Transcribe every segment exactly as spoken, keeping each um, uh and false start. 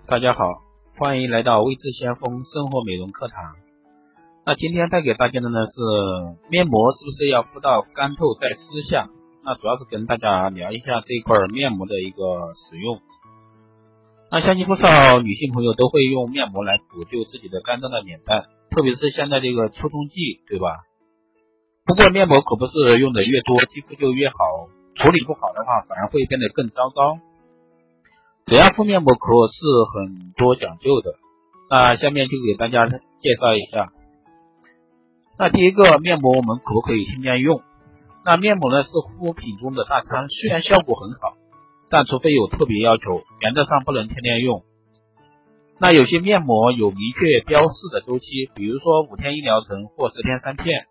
大家好，欢迎来到微智先锋生活美容课堂。那今天带给大家的呢是面膜是不是要敷到干透再撕下？那主要是跟大家聊一下这一块面膜的一个使用。那相信不少女性朋友都会用面膜来补救自己的干燥的脸蛋，特别是现在这个秋冬季，对吧？不过面膜可不是用的越多肌肤就越好，处理不好的话反而会变得更糟糕。怎样敷面膜可是很多讲究的，那下面就给大家介绍一下。那第一个，面膜我们可不可以天天用？那面膜呢是护肤品中的大餐，虽然效果很好，但除非有特别要求，原则上不能天天用。那有些面膜有明确标示的周期，比如说五天一疗程或十天三片。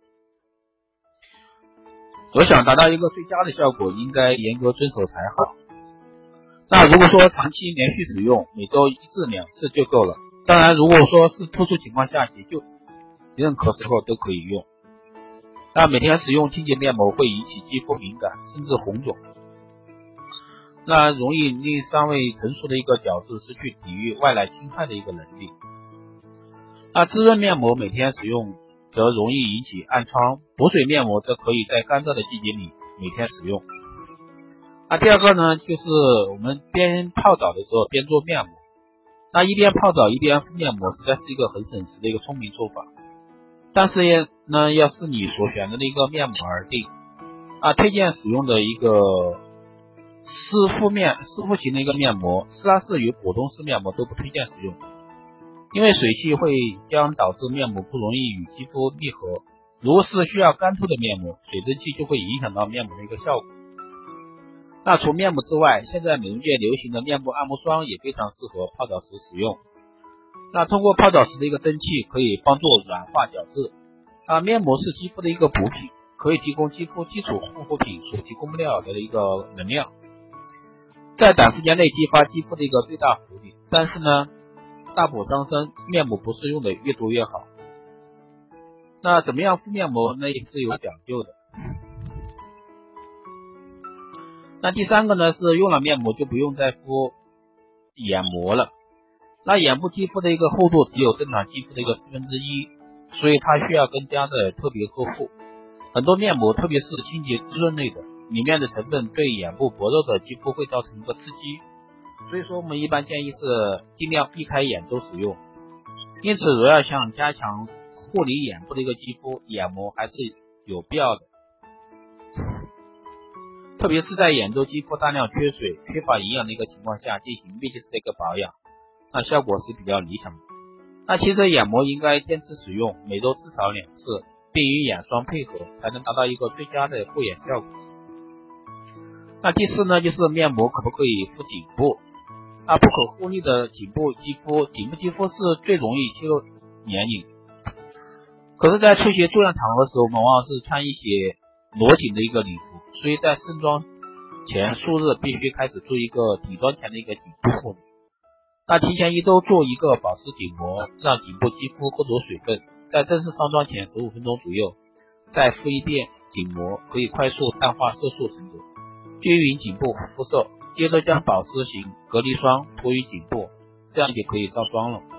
我想达到一个最佳的效果，应该严格遵守才好。那如果说长期连续使用，每周一至两次就够了。当然，如果说是特殊情况下急救，任何时候都可以用。那每天使用清洁面膜会引起肌肤敏感，甚至红肿，那容易令尚未成熟的一个角质失去抵御外来侵害的一个能力。那滋润面膜每天使用则容易引起暗疮，补水面膜则可以在干燥的季节里每天使用。那第二个呢，就是我们边泡澡的时候边做面膜。那一边泡澡一边敷面膜，实在是一个很省时的一个聪明做法。但是呢，要视你所选择的一个面膜而定。啊，推荐使用的一个湿敷面湿敷型的一个面膜，湿拉式与果冻式面膜都不推荐使用，因为水汽会将导致面膜不容易与肌肤密合。如果是需要干透的面膜，水蒸气就会影响到面膜的一个效果。那除面膜之外，现在美容界流行的面部按摩霜也非常适合泡澡时使用。那通过泡澡时的一个蒸汽可以帮助软化角质。啊，面膜是肌肤的一个补品，可以提供肌肤基础护肤品所提供不了的一个能量，在短时间内激发肌肤的一个最大活力。但是呢，大补伤身，面膜不是用的越多越好。那怎么样敷面膜呢，也是有讲究的。那第三个呢，是用了面膜就不用再敷眼膜了。那眼部肌肤的一个厚度只有正常肌肤的一个四分之一，所以它需要更加的特别呵护。很多面膜，特别是清洁滋润类的，里面的成分对眼部薄弱的肌肤会造成一个刺激，所以说我们一般建议是尽量避开眼周使用。因此，如要想加强护理眼部的一个肌肤，眼膜还是有必要的。特别是在眼周肌肤大量缺水、缺乏营养的一个情况下进行密集式的一个保养，那效果是比较理想的。那其实眼膜应该坚持使用，每周至少两次，并与眼霜配合，才能达到一个最佳的护眼效果。那第四呢，就是面膜可不可以敷颈部？那不可忽略的颈部肌肤，颈部肌肤是最容易泄露年龄。可是，在出席重要场合的时候，往往是穿一些裸颈的一个礼服，所以在盛装前数日必须开始做一个底妆前的一个颈部护理。那提前一周做一个保湿颈膜，让颈部肌肤获得水分，在正式上妆前十五分钟左右再敷一遍颈膜，可以快速淡化色素沉着，均匀颈部肤色。接着将保湿型隔离霜涂于颈部，这样就可以上妆了。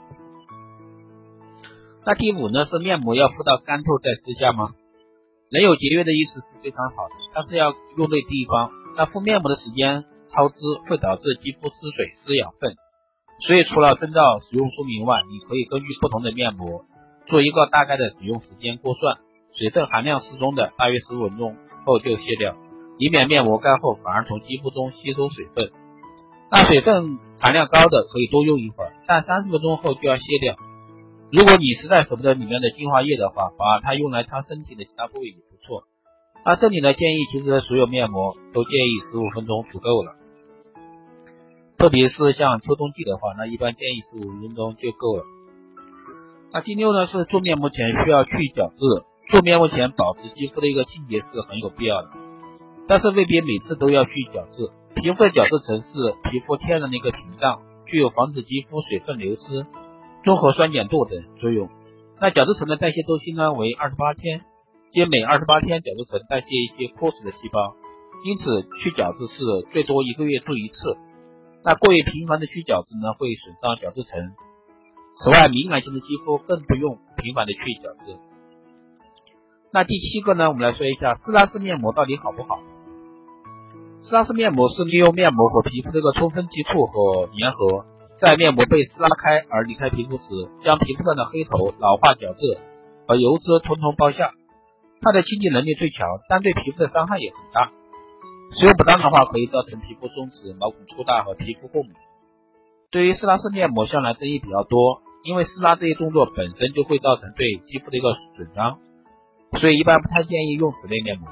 那第五呢，是面膜要敷到干透再撕下吗？人有节约的意识是非常好的，但是要用对地方。那敷面膜的时间超支会导致肌肤失水失养分，所以除了遵照使用说明外，你可以根据不同的面膜做一个大概的使用时间估算，水分含量适中的大约十五分钟后就卸掉，以免面膜干后反而从肌肤中吸收水分。那水分含量高的可以多用一会儿，但三十分钟后就要卸掉。如果你实在舍不得里面的精华液的话，把它用来擦身体的其他部位也不错。那这里的建议，其实所有面膜都建议十五分钟足够了。特别是像秋冬季的话，那一般建议十五分钟就够了。那第六呢，是做面膜前需要去角质。做面膜前保持肌肤的一个清洁是很有必要的，但是未必每次都要去角质。皮肤的角质层是皮肤天然的一个屏障，具有防止肌肤水分流失、中和酸碱度等作用。那角质层的代谢周期呢为二十八天，即每二十八天角质层代谢一些脱水的细胞，因此去角质是最多一个月做一次。 那过于频繁的去角质呢，会损伤角质层。此外，敏感性的肌肤更不用频繁的去角质。那第七个呢，我们来说一下斯拉斯面膜到底好不好。斯拉斯面膜是利用面膜和皮肤的一个充分接触和粘合，在面膜被撕拉开而离开皮肤时，将皮肤上的黑头、老化角质和油脂统统剥下。它的清洁能力最强，但对皮肤的伤害也很大。使用不当的话，可以造成皮肤松弛、毛孔粗大和皮肤过敏。对于撕拉式面膜向来争议比较多，因为撕拉这一动作本身就会造成对肌肤的一个损伤，所以一般不太建议用此类面膜。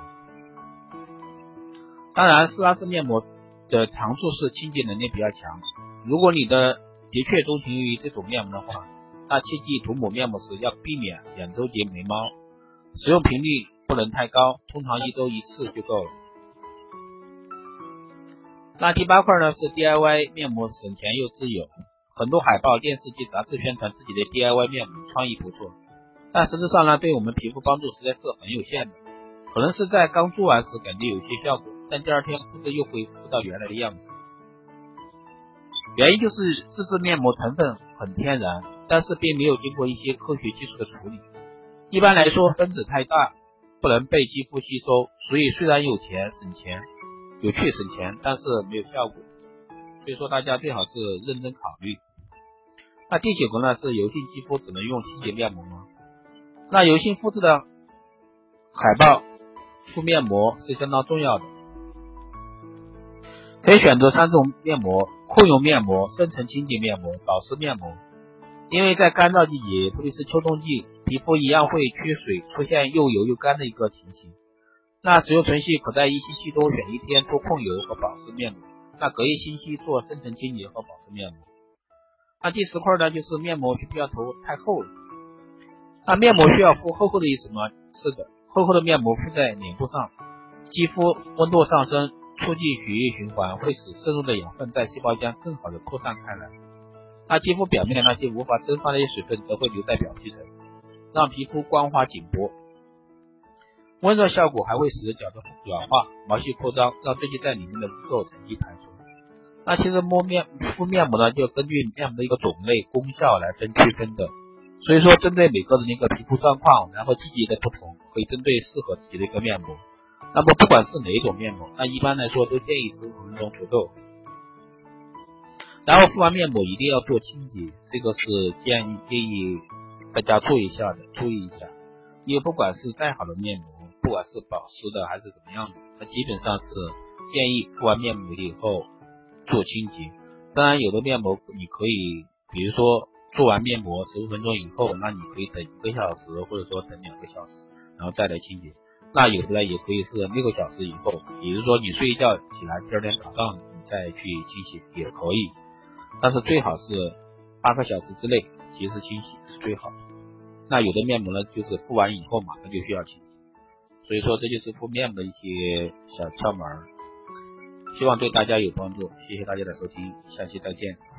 当然，撕拉式面膜的长处是清洁能力比较强。如果你的的确钟情于这种面膜的话，那切记涂抹面膜时要避免两周结眉毛，使用频率不能太高，通常一周一次就够了。那第八块呢是 D I Y 面膜省钱又自由。很多海报、电视剧、杂志宣传自己的 D I Y 面膜创意不错，但实质上呢对我们皮肤帮助实在是很有限的。可能是在刚做完时感觉有些效果，但第二天肤质又恢复到原来的样子。原因就是自制面膜成分很天然，但是并没有经过一些科学技术的处理。一般来说分子太大，不能被肌肤吸收，所以虽然有钱省钱，有趣省钱，但是没有效果。所以说大家最好是认真考虑。那第九个呢是油性肌肤只能用清洁面膜吗？那油性肤质的海报敷面膜是相当重要的，可以选择三种面膜：控油面膜、深层清洁面膜、保湿面膜。因为在干燥季节，特别是秋冬季，皮肤一样会缺水，出现又油又干的一个情形。那使用程序可在一星期中选一天做控油和保湿面膜，那隔一星期做深层清洁和保湿面膜。那第十块呢，就是面膜需不要涂太厚了。那面膜需要敷厚厚的意思吗？是的，厚厚的面膜敷在脸部上，肌肤温度上升，促进血液循环，会使渗入的养分在细胞间更好的扩散开来。那肌肤表面那些无法蒸发的一些水分则会留在表皮层，让皮肤光滑紧绷。温热效果还会使角质软化，毛细扩张，让堆积在里面的污垢沉积排出。那其实摸面敷面膜呢，就根据面膜的一个种类、功效来分区分的。所以说，针对每个人的一个皮肤状况，然后季节的不同，可以针对适合自己的一个面膜。那么不管是哪一种面膜，那一般来说都建议十五分钟左右。然后敷完面膜一定要做清洁，这个是建议建议大家做一下的，注意一下。因为不管是再好的面膜，不管是保湿的还是怎么样的，那基本上是建议敷完面膜以后做清洁。当然有的面膜你可以比如说做完面膜十五分钟以后，那你可以等一个小时或者说等两个小时然后再来清洁。那有的呢也可以是六个小时以后，比如说你睡一觉起来第二天早上你再去清洗也可以，但是最好是八个小时之内及时清洗是最好的。那有的面膜呢就是敷完以后马上就需要清洗，所以说这就是敷面膜的一些小窍门，希望对大家有帮助。谢谢大家的收听，下期再见。